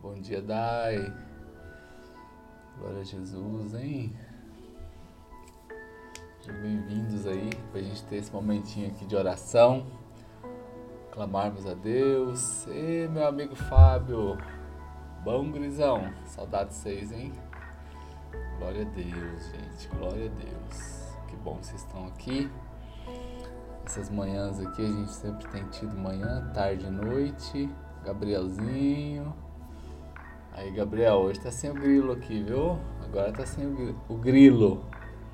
Bom dia, Dai. Glória a Jesus, hein? Sejam bem-vindos aí pra gente ter esse momentinho aqui de oração. Clamarmos a Deus. E meu amigo Fábio. Bom, gurizão. Saudade de vocês, hein? Glória a Deus, gente. Glória a Deus. Que bom que vocês estão aqui. Essas manhãs aqui a gente sempre tem tido manhã, tarde e noite. Gabrielzinho. Aí, Gabriel, hoje tá sem o grilo aqui, viu? Agora tá sem o grilo.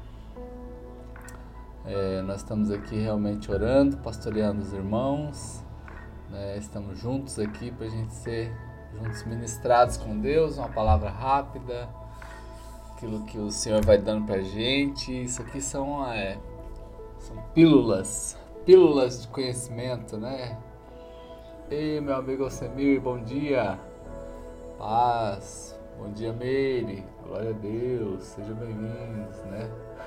Nós estamos aqui realmente orando, pastoreando os irmãos, né? Estamos juntos aqui pra gente ser juntos ministrados com Deus, uma palavra rápida, aquilo que o Senhor vai dando pra gente. Isso aqui são pílulas de conhecimento, né? Ei, meu amigo Alcemir, bom dia. Paz, bom dia, Meire, glória a Deus, sejam bem-vindos, né?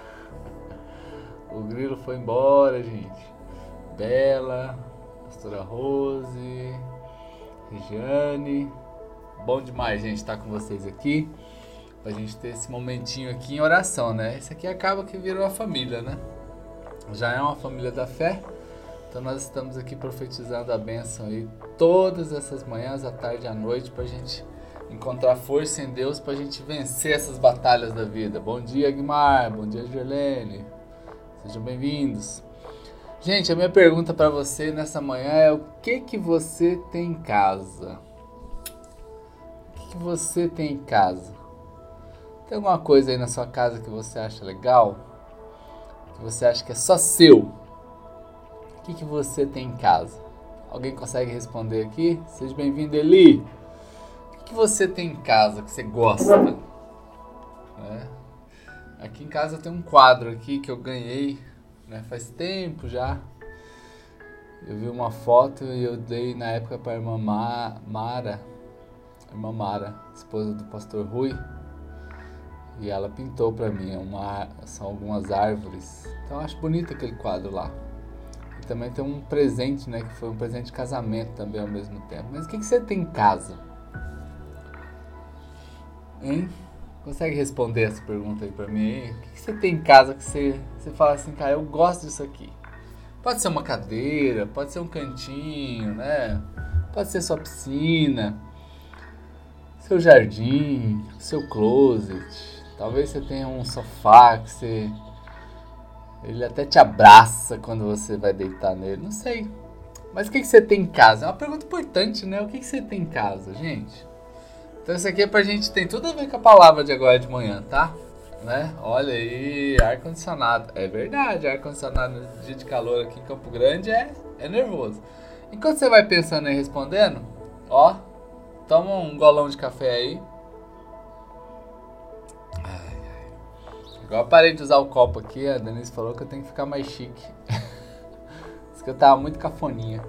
O grilo foi embora, gente. Bela, pastora Rose, Regiane, bom demais, gente, estar com vocês aqui, pra gente ter esse momentinho aqui em oração, né? Isso aqui acaba que virou uma família, né? Já é uma família da fé, então nós estamos aqui profetizando a bênção aí todas essas manhãs, à tarde e à noite, pra gente encontrar força em Deus pra gente vencer essas batalhas da vida. Bom dia, Guimar. Bom dia, Gerlene. Sejam bem-vindos. Gente, a minha pergunta pra você nessa manhã é: o que você tem em casa? O que você tem em casa? Tem alguma coisa aí na sua casa que você acha legal? Que você acha que é só seu? O que você tem em casa? Alguém consegue responder aqui? Seja bem-vindo, Eli. O que você tem em casa que você gosta? Aqui em casa tem um quadro aqui que eu ganhei, né, faz tempo já. Eu vi uma foto e eu dei na época para a irmã Mara, esposa do pastor Rui, e ela pintou para mim. São algumas árvores. Então eu acho bonito aquele quadro lá. E também tem um presente, né, que foi um presente de casamento também ao mesmo tempo. Mas o que você tem em casa? Hein? Consegue responder essa pergunta aí pra mim aí? O que você tem em casa que você fala assim, cara, eu gosto disso aqui? Pode ser uma cadeira, pode ser um cantinho, né? Pode ser sua piscina, seu jardim, seu closet. Talvez você tenha um sofá que ele até te abraça quando você vai deitar nele, não sei. Mas o que você tem em casa? É uma pergunta importante, né? O que você tem em casa, gente? Então isso aqui é pra gente, tem tudo a ver com a palavra de agora de manhã, tá? Né? Olha aí, ar-condicionado. É verdade, ar-condicionado no dia de calor aqui em Campo Grande é nervoso. Enquanto você vai pensando e respondendo, ó, toma um golão de café aí. Agora eu parei de usar o copo aqui, a Denise falou que eu tenho que ficar mais chique. Isso que eu tava muito cafoninha.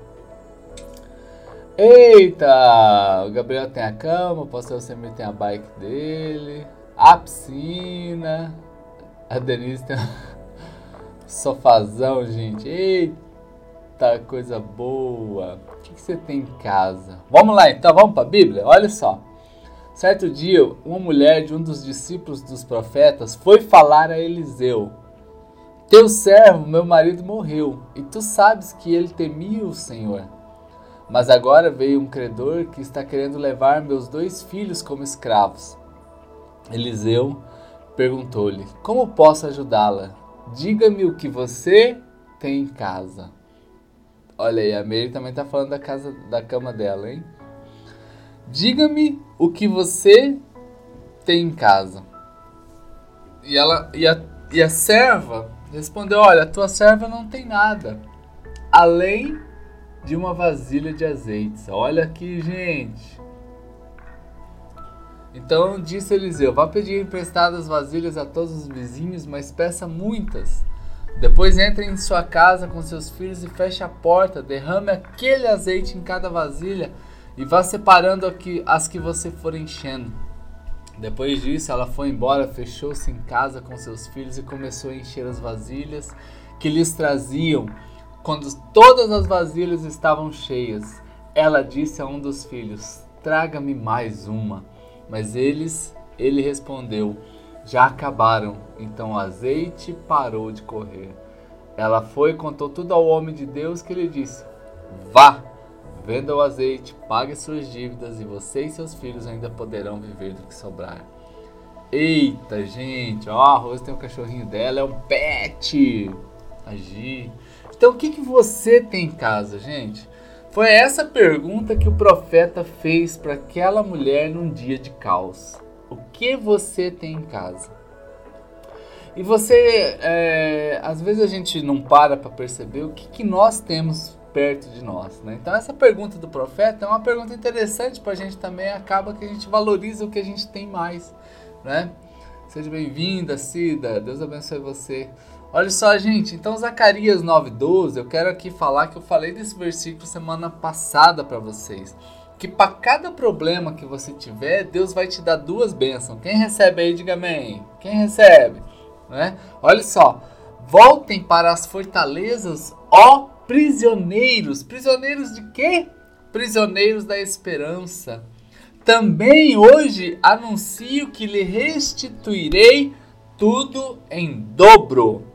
Eita, o Gabriel tem a cama, o pastor Alcemir tem a bike dele, a piscina, a Denise tem um sofazão, gente. Eita, coisa boa. O que você tem em casa? Vamos lá então, vamos para a Bíblia? Olha só. Certo dia, uma mulher de um dos discípulos dos profetas foi falar a Eliseu: teu servo, meu marido, morreu, e tu sabes que ele temia o Senhor. Mas agora veio um credor que está querendo levar meus 2 filhos como escravos. Eliseu perguntou-lhe: como posso ajudá-la? Diga-me o que você tem em casa. Olha aí, a Mary também está falando da cama dela, hein? Diga-me o que você tem em casa. E a serva respondeu: olha, a tua serva não tem nada, além de uma vasilha de azeites. Olha aqui, gente. Então disse Eliseu: vá pedir emprestadas vasilhas a todos os vizinhos, mas peça muitas. Depois entre em sua casa com seus filhos e feche a porta. Derrame aquele azeite em cada vasilha e vá separando as que você for enchendo. Depois disso, ela foi embora, fechou-se em casa com seus filhos e começou a encher as vasilhas que lhes traziam. Quando todas as vasilhas estavam cheias, ela disse a um dos filhos: traga-me mais uma. Mas ele respondeu, já acabaram. Então o azeite parou de correr. Ela foi e contou tudo ao homem de Deus, que lhe disse, vá, venda o azeite, pague suas dívidas e você e seus filhos ainda poderão viver do que sobrar. Eita, gente, ó, a Rose tem um cachorrinho dela, é um pet. Agir. Então o que você tem em casa, gente? Foi essa pergunta que o profeta fez para aquela mulher num dia de caos. O que você tem em casa? E você, às vezes a gente não para perceber o que nós temos perto de nós, né? Então essa pergunta do profeta é uma pergunta interessante para a gente também, acaba que a gente valoriza o que a gente tem mais, né? Seja bem-vinda, Cida, Deus abençoe você. Olha só, gente, então Zacarias 9:12, eu quero aqui falar que eu falei desse versículo semana passada para vocês. Que para cada problema que você tiver, Deus vai te dar 2 bênçãos. Quem recebe aí, diga amém. Quem recebe? Né? Olha só, voltem para as fortalezas, ó prisioneiros. Prisioneiros de quê? Prisioneiros da esperança. Também hoje anuncio que lhe restituirei tudo em dobro.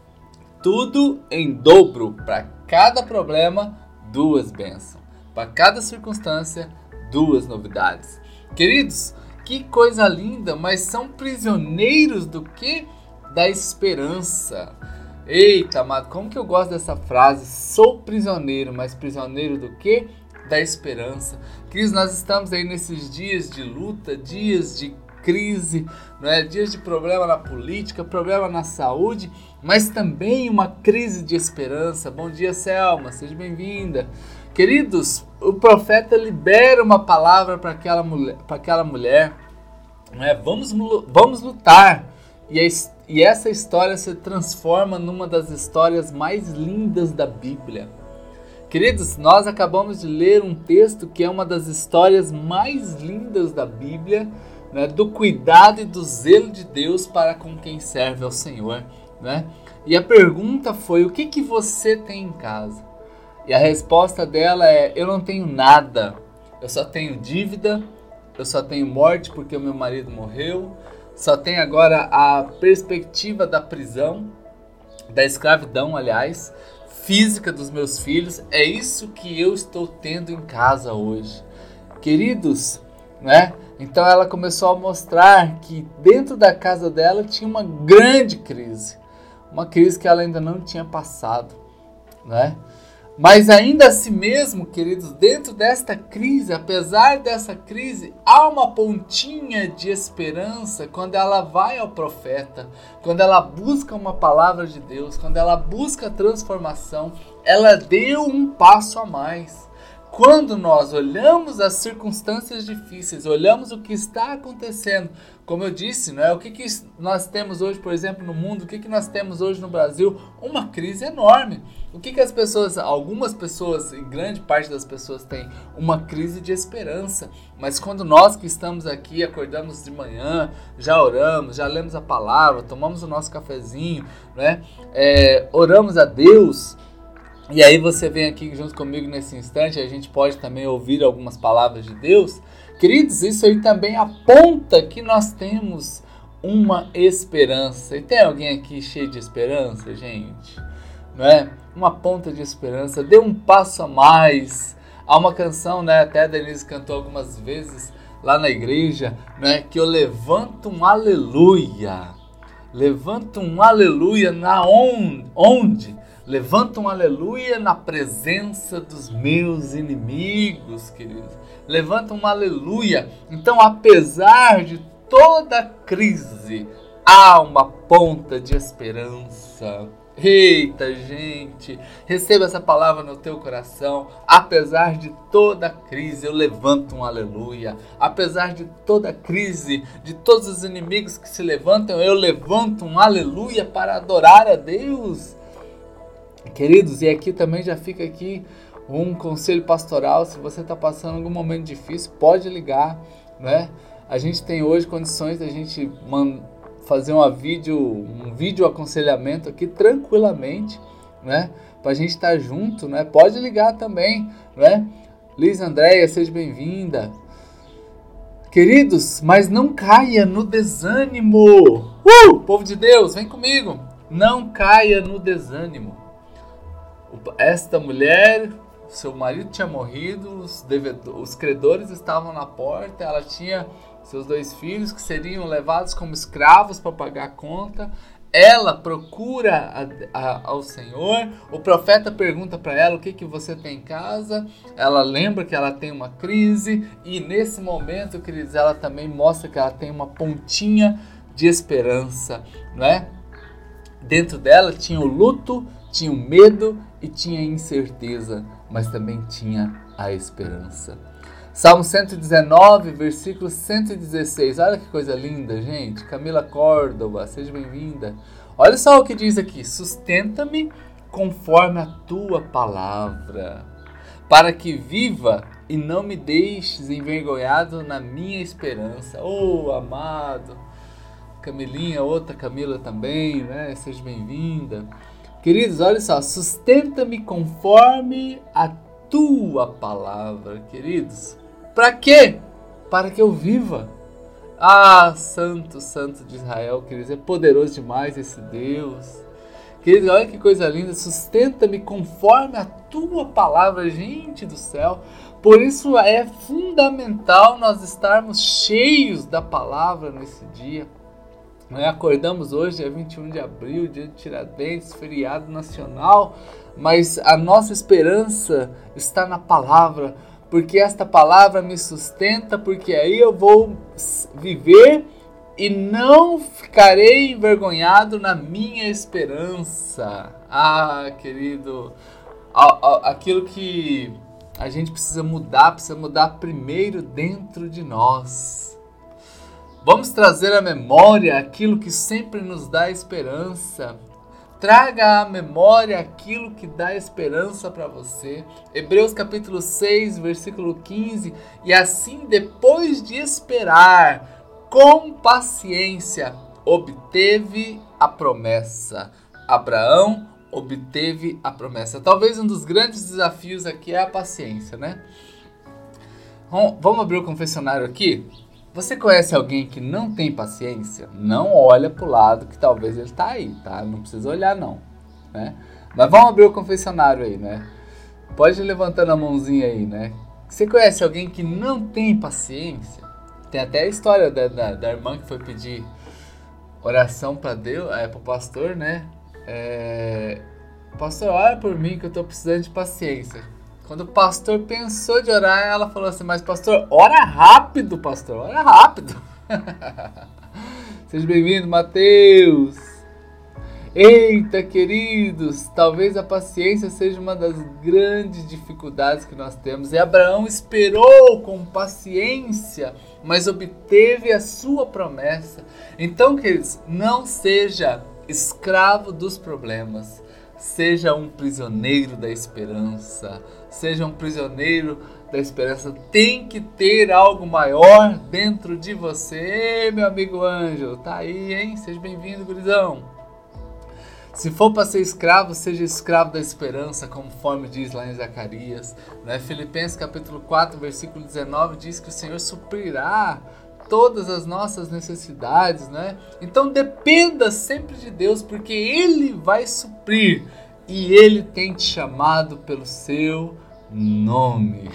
Tudo em dobro. Para cada problema, 2 bênçãos. Para cada circunstância, 2 novidades. Queridos, que coisa linda, mas são prisioneiros do quê? Da esperança. Eita, amado, como que eu gosto dessa frase? Sou prisioneiro, mas prisioneiro do quê? Da esperança. Queridos, nós estamos aí nesses dias de luta, dias de crise, não é? Dias de problema na política, problema na saúde, mas também uma crise de esperança. Bom dia, Selma, seja bem-vinda. Queridos, o profeta libera uma palavra para aquela mulher, não é? Vamos lutar. E essa história se transforma numa das histórias mais lindas da Bíblia. Queridos, nós acabamos de ler um texto que é uma das histórias mais lindas da Bíblia, né, do cuidado e do zelo de Deus para com quem serve ao Senhor, né? E a pergunta foi, o que você tem em casa? E a resposta dela é, eu não tenho nada, eu só tenho dívida, eu só tenho morte porque o meu marido morreu, só tenho agora a perspectiva da prisão, da escravidão, aliás, física dos meus filhos. É isso que eu estou tendo em casa hoje. Queridos, né? Então ela começou a mostrar que dentro da casa dela tinha uma grande crise. Uma crise que ela ainda não tinha passado, né? Mas ainda assim mesmo, queridos, dentro desta crise, apesar dessa crise, há uma pontinha de esperança quando ela vai ao profeta, quando ela busca uma palavra de Deus, quando ela busca a transformação, ela deu um passo a mais. Quando nós olhamos as circunstâncias difíceis, olhamos o que está acontecendo, como eu disse, né? O que nós temos hoje, por exemplo, no mundo, o que nós temos hoje no Brasil? Uma crise enorme. O que as pessoas, algumas pessoas, e grande parte das pessoas têm uma crise de esperança. Mas quando nós que estamos aqui, acordamos de manhã, já oramos, já lemos a palavra, tomamos o nosso cafezinho, né? Oramos a Deus. E aí você vem aqui junto comigo nesse instante, a gente pode também ouvir algumas palavras de Deus. Queridos, isso aí também aponta que nós temos uma esperança. E tem alguém aqui cheio de esperança, gente? Não é? Uma ponta de esperança, dê um passo a mais. Há uma canção, né? Até a Denise cantou algumas vezes lá na igreja, né? Que eu levanto um aleluia. Levanto um aleluia onde? Levanta um aleluia na presença dos meus inimigos, queridos. Levanta um aleluia. Então, apesar de toda crise, há uma ponta de esperança. Eita, gente, receba essa palavra no teu coração. Apesar de toda crise, eu levanto um aleluia. Apesar de toda crise, de todos os inimigos que se levantam, eu levanto um aleluia para adorar a Deus. Queridos, e aqui também já fica aqui um conselho pastoral. Se você está passando algum momento difícil, pode ligar, né? A gente tem hoje condições da gente fazer um vídeo aconselhamento aqui tranquilamente, né? Para a gente estar junto, né? Pode ligar também, né? Liz Andréia, seja bem-vinda. Queridos, mas não caia no desânimo. Povo de Deus, vem comigo. Não caia no desânimo. Esta mulher, seu marido tinha morrido, os credores estavam na porta, ela tinha seus 2 filhos que seriam levados como escravos para pagar a conta. Ela procura ao Senhor, o profeta pergunta para ela o que você tem em casa, ela lembra que ela tem uma crise e nesse momento, queridos, ela também mostra que ela tem uma pontinha de esperança, não é? Dentro dela tinha o luto, tinha o medo e tinha a incerteza, mas também tinha a esperança. Salmo 119, versículo 116. Olha que coisa linda, gente. Camila Córdova, seja bem-vinda. Olha só o que diz aqui. Sustenta-me conforme a tua palavra, para que viva e não me deixes envergonhado na minha esperança. Oh, amado. Camilinha, outra Camila também, né? Seja bem-vinda. Queridos, olha só. Sustenta-me conforme a tua palavra, queridos. Para quê? Para que eu viva. Ah, santo, santo de Israel, queridos, é poderoso demais esse Deus. Queridos, olha que coisa linda, sustenta-me conforme a tua palavra, gente do céu. Por isso é fundamental nós estarmos cheios da palavra nesse dia. Nós acordamos hoje, é 21 de abril, dia de Tiradentes, feriado nacional, mas a nossa esperança está na palavra, porque esta palavra me sustenta, porque aí eu vou viver e não ficarei envergonhado na minha esperança. Ah, querido, aquilo que a gente precisa mudar primeiro dentro de nós. Vamos trazer à memória aquilo que sempre nos dá esperança. Traga à memória aquilo que dá esperança para você. Hebreus capítulo 6, versículo 15. E assim, depois de esperar com paciência, obteve a promessa. Abraão obteve a promessa. Talvez um dos grandes desafios aqui é a paciência, né? Vamos abrir o confessionário aqui? Você conhece alguém que não tem paciência? Não olha pro lado que talvez ele tá aí, tá? Não precisa olhar não, né? Mas vamos abrir o confessionário aí, né? Pode ir levantando a mãozinha aí, né? Você conhece alguém que não tem paciência? Tem até a história da irmã que foi pedir oração para Deus, pro pastor, né? Pastor, ora por mim que eu tô precisando de paciência. Quando o pastor pensou de orar, ela falou assim, mas pastor, ora rápido, pastor, ora rápido. Seja bem-vindo, Mateus. Eita, queridos, talvez a paciência seja uma das grandes dificuldades que nós temos. E Abraão esperou com paciência, mas obteve a sua promessa. Então, queridos, não seja escravo dos problemas. Seja um prisioneiro da esperança. Seja um prisioneiro da esperança. Tem que ter algo maior dentro de você. Ei, meu amigo Ângelo, tá aí, hein? Seja bem-vindo, gurizão. Se for para ser escravo, seja escravo da esperança, conforme diz lá em Zacarias. Né? Filipenses capítulo 4, versículo 19, diz que o Senhor suprirá todas as nossas necessidades, né? Então dependa sempre de Deus, porque Ele vai suprir e Ele tem te chamado pelo seu nome.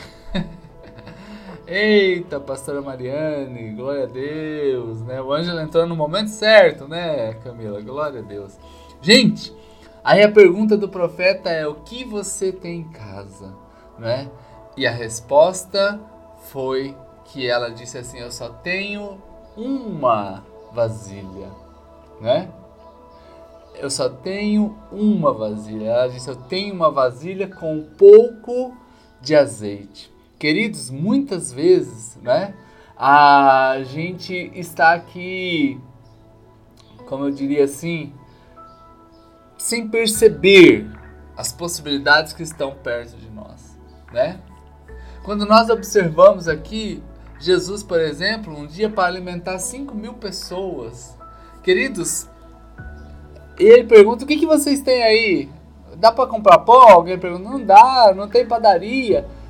Eita, pastora Mariane, glória a Deus, né? O Ângelo entrou no momento certo, né, Camila? Glória a Deus. Gente, aí a pergunta do profeta é: o que você tem em casa, né? E a resposta foi que ela disse assim: eu só tenho uma vasilha, né? Eu só tenho uma vasilha. Ela disse: eu tenho uma vasilha com um pouco de azeite. Queridos, muitas vezes, né, a gente está aqui, como eu diria assim, sem perceber as possibilidades que estão perto de nós, né? Quando nós observamos aqui, Jesus, por exemplo, um dia para alimentar 5.000 pessoas. Queridos, ele pergunta: o que vocês têm aí? Dá para comprar pão? Alguém pergunta: não dá, não tem padaria.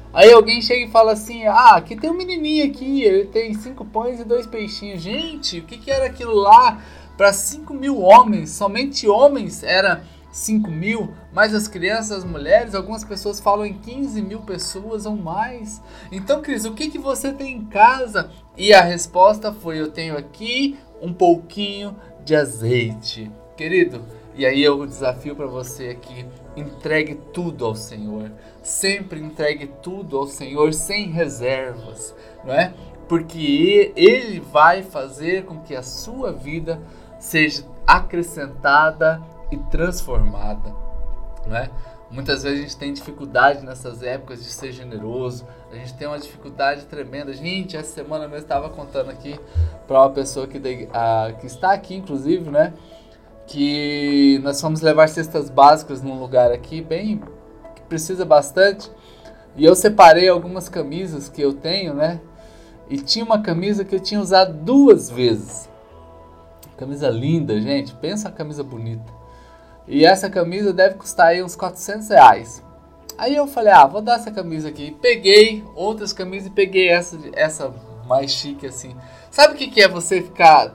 Aí alguém chega e fala assim, aqui tem um menininho aqui, ele tem 5 pães e 2 peixinhos. Gente, o que era aquilo lá para 5.000 homens? Somente homens era 5.000, mais as crianças, as mulheres, algumas pessoas falam em 15.000 pessoas ou mais. Então, Cris, o que você tem em casa? E a resposta foi, eu tenho aqui um pouquinho de azeite. Querido, e aí eu desafio para você aqui, entregue tudo ao Senhor. Sempre entregue tudo ao Senhor sem reservas, não é? Porque Ele vai fazer com que a sua vida seja acrescentada e transformada, não é? Muitas vezes a gente tem dificuldade nessas épocas de ser generoso, a gente tem uma dificuldade tremenda. Gente, essa semana eu estava contando aqui para uma pessoa que está aqui, inclusive, né? Que nós fomos levar cestas básicas num lugar aqui, bem, que precisa bastante, e eu separei algumas camisas que eu tenho, né? E tinha uma camisa que eu tinha usado 2 vezes. Camisa linda, gente, pensa uma camisa bonita. E essa camisa deve custar aí uns R$400. Aí eu falei, vou dar essa camisa aqui. Peguei outras camisas e peguei essa mais chique assim. Sabe o que é você ficar...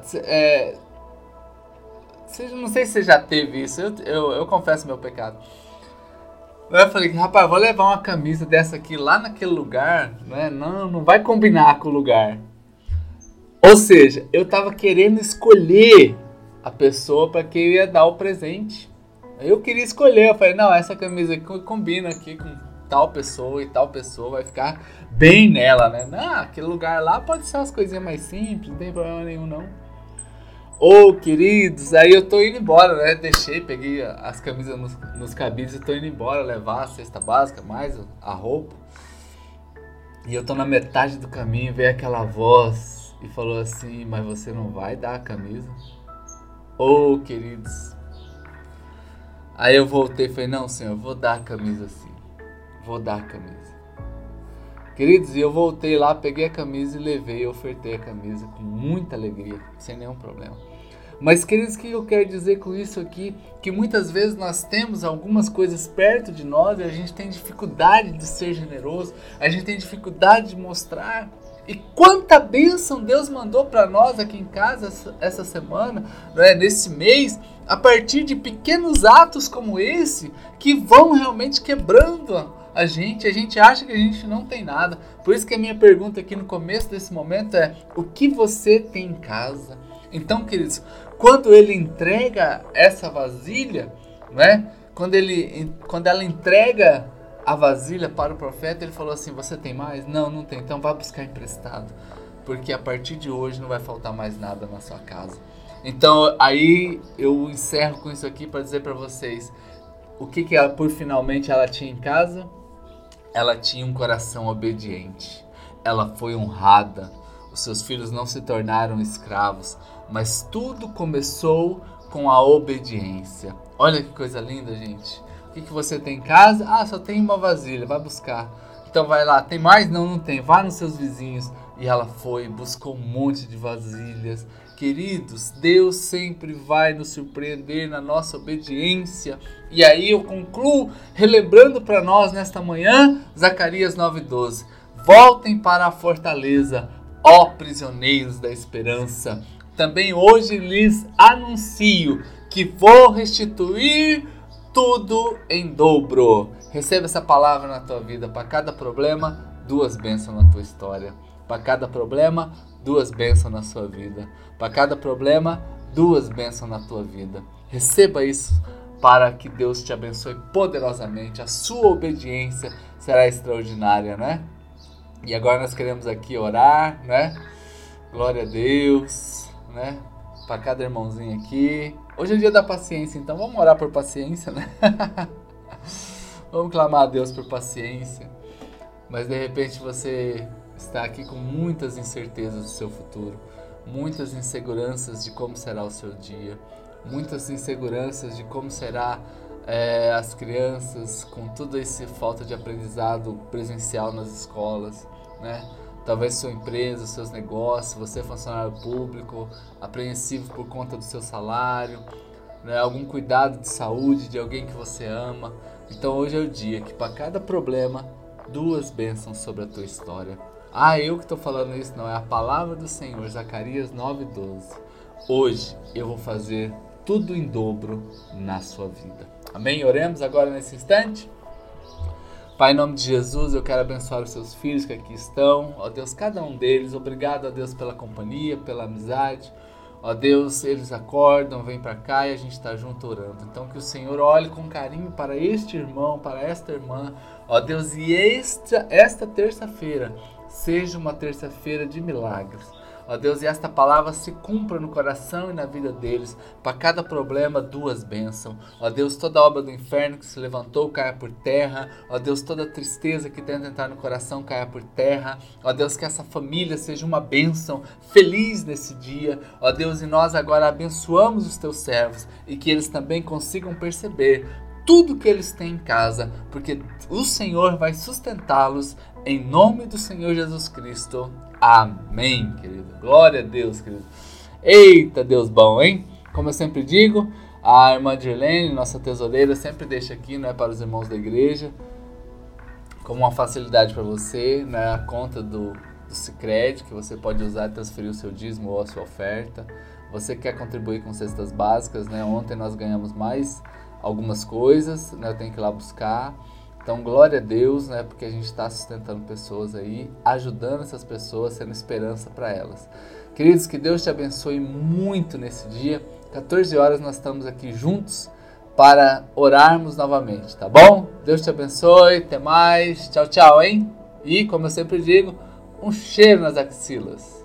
não sei se você já teve isso, eu confesso meu pecado. Eu falei, rapaz, vou levar uma camisa dessa aqui lá naquele lugar, né? Não vai combinar com o lugar. Ou seja, eu tava querendo escolher a pessoa para quem eu ia dar o presente. Eu queria escolher, eu falei, não, essa camisa aqui combina aqui com tal pessoa e tal pessoa, vai ficar bem nela, né? Não, aquele lugar lá pode ser umas coisinhas mais simples, não tem problema nenhum não. Queridos, aí eu tô indo embora, né? Peguei as camisas nos cabides e tô indo embora levar a cesta básica, mais a roupa. E eu tô na metade do caminho, veio aquela voz e falou assim, mas você não vai dar a camisa? Queridos. Aí eu voltei e falei, não, Senhor, eu vou dar a camisa sim. Vou dar a camisa. Queridos, e eu voltei lá, peguei a camisa e levei, ofertei a camisa com muita alegria, sem nenhum problema. Mas, queridos, o que eu quero dizer com isso aqui? Que muitas vezes nós temos algumas coisas perto de nós e a gente tem dificuldade de ser generoso, a gente tem dificuldade de mostrar. E quanta bênção Deus mandou para nós aqui em casa essa semana, né, nesse mês, a partir de pequenos atos como esse, que vão realmente quebrando a gente acha que a gente não tem nada. Por isso que a minha pergunta aqui no começo desse momento é, o que você tem em casa? Então, queridos, quando ele entrega essa vasilha, né, quando ela entrega a vasilha para o profeta, ele falou assim, você tem mais? Não tem, então vá buscar emprestado, porque a partir de hoje não vai faltar mais nada na sua casa. Então aí eu encerro com isso aqui para dizer para vocês, o que ela, por finalmente ela tinha em casa? Ela tinha um coração obediente, ela foi honrada, os seus filhos não se tornaram escravos, mas tudo começou com a obediência. Olha que coisa linda, gente. O que você tem em casa? Só tem uma vasilha, vai buscar. Então vai lá, tem mais? Não tem. Vai nos seus vizinhos. E ela foi, buscou um monte de vasilhas. Queridos, Deus sempre vai nos surpreender na nossa obediência. E aí eu concluo relembrando para nós nesta manhã, Zacarias 9:12. Voltem para a fortaleza, ó prisioneiros da esperança. Também hoje lhes anuncio que vou restituir tudo em dobro. Receba essa palavra na tua vida. Para cada problema, 2 bênçãos na tua história. Para cada problema, 2 bênçãos na sua vida. Para cada problema, 2 bênçãos na tua vida. Receba isso para que Deus te abençoe poderosamente. A sua obediência será extraordinária, né? E agora nós queremos aqui orar, né? Glória a Deus, né? Para cada irmãozinho aqui. Hoje é dia da paciência, então vamos orar por paciência, né? Vamos clamar a Deus por paciência. Mas de repente você está aqui com muitas incertezas do seu futuro, muitas inseguranças de como será o seu dia, muitas inseguranças de como será as crianças com toda essa falta de aprendizado presencial nas escolas, né? Talvez sua empresa, seus negócios, você é funcionário público, apreensivo por conta do seu salário, né? Algum cuidado de saúde de alguém que você ama. Então hoje é o dia que para cada problema, 2 bênçãos sobre a tua história. Eu que estou falando isso, não, é a palavra do Senhor, Zacarias 9:12. Hoje eu vou fazer tudo em dobro na sua vida. Amém? Oremos agora nesse instante. Pai, em nome de Jesus, eu quero abençoar os seus filhos que aqui estão. Ó Deus, cada um deles, obrigado, ó Deus, pela companhia, pela amizade. Ó Deus, eles acordam, vêm para cá e a gente está junto orando. Então que o Senhor olhe com carinho para este irmão, para esta irmã. Ó Deus, e esta terça-feira seja uma terça-feira de milagres. Ó Deus, e esta palavra se cumpra no coração e na vida deles. Para cada problema, 2 bênçãos. Ó Deus, toda obra do inferno que se levantou caia por terra. Ó Deus, toda tristeza que tenta entrar no coração caia por terra. Ó Deus, que essa família seja uma bênção feliz nesse dia. Ó Deus, e nós agora abençoamos os teus servos e que eles também consigam perceber tudo que eles têm em casa, porque o Senhor vai sustentá-los em nome do Senhor Jesus Cristo. Amém, querido. Glória a Deus, querido. Eita, Deus bom, hein? Como eu sempre digo, a irmã Dirlene, nossa tesoureira, sempre deixa aqui, né, para os irmãos da igreja, como uma facilidade para você, né, a conta do Sicredi, que você pode usar e transferir o seu dízimo ou a sua oferta. Você quer contribuir com cestas básicas, né? Ontem nós ganhamos mais algumas coisas, né? Eu tenho que ir lá buscar. Então, glória a Deus, né? Porque a gente está sustentando pessoas aí, ajudando essas pessoas, sendo esperança para elas. Queridos, que Deus te abençoe muito nesse dia. 14 horas nós estamos aqui juntos para orarmos novamente, tá bom? Deus te abençoe, até mais. Tchau, tchau, hein? E, como eu sempre digo, um cheiro nas axilas.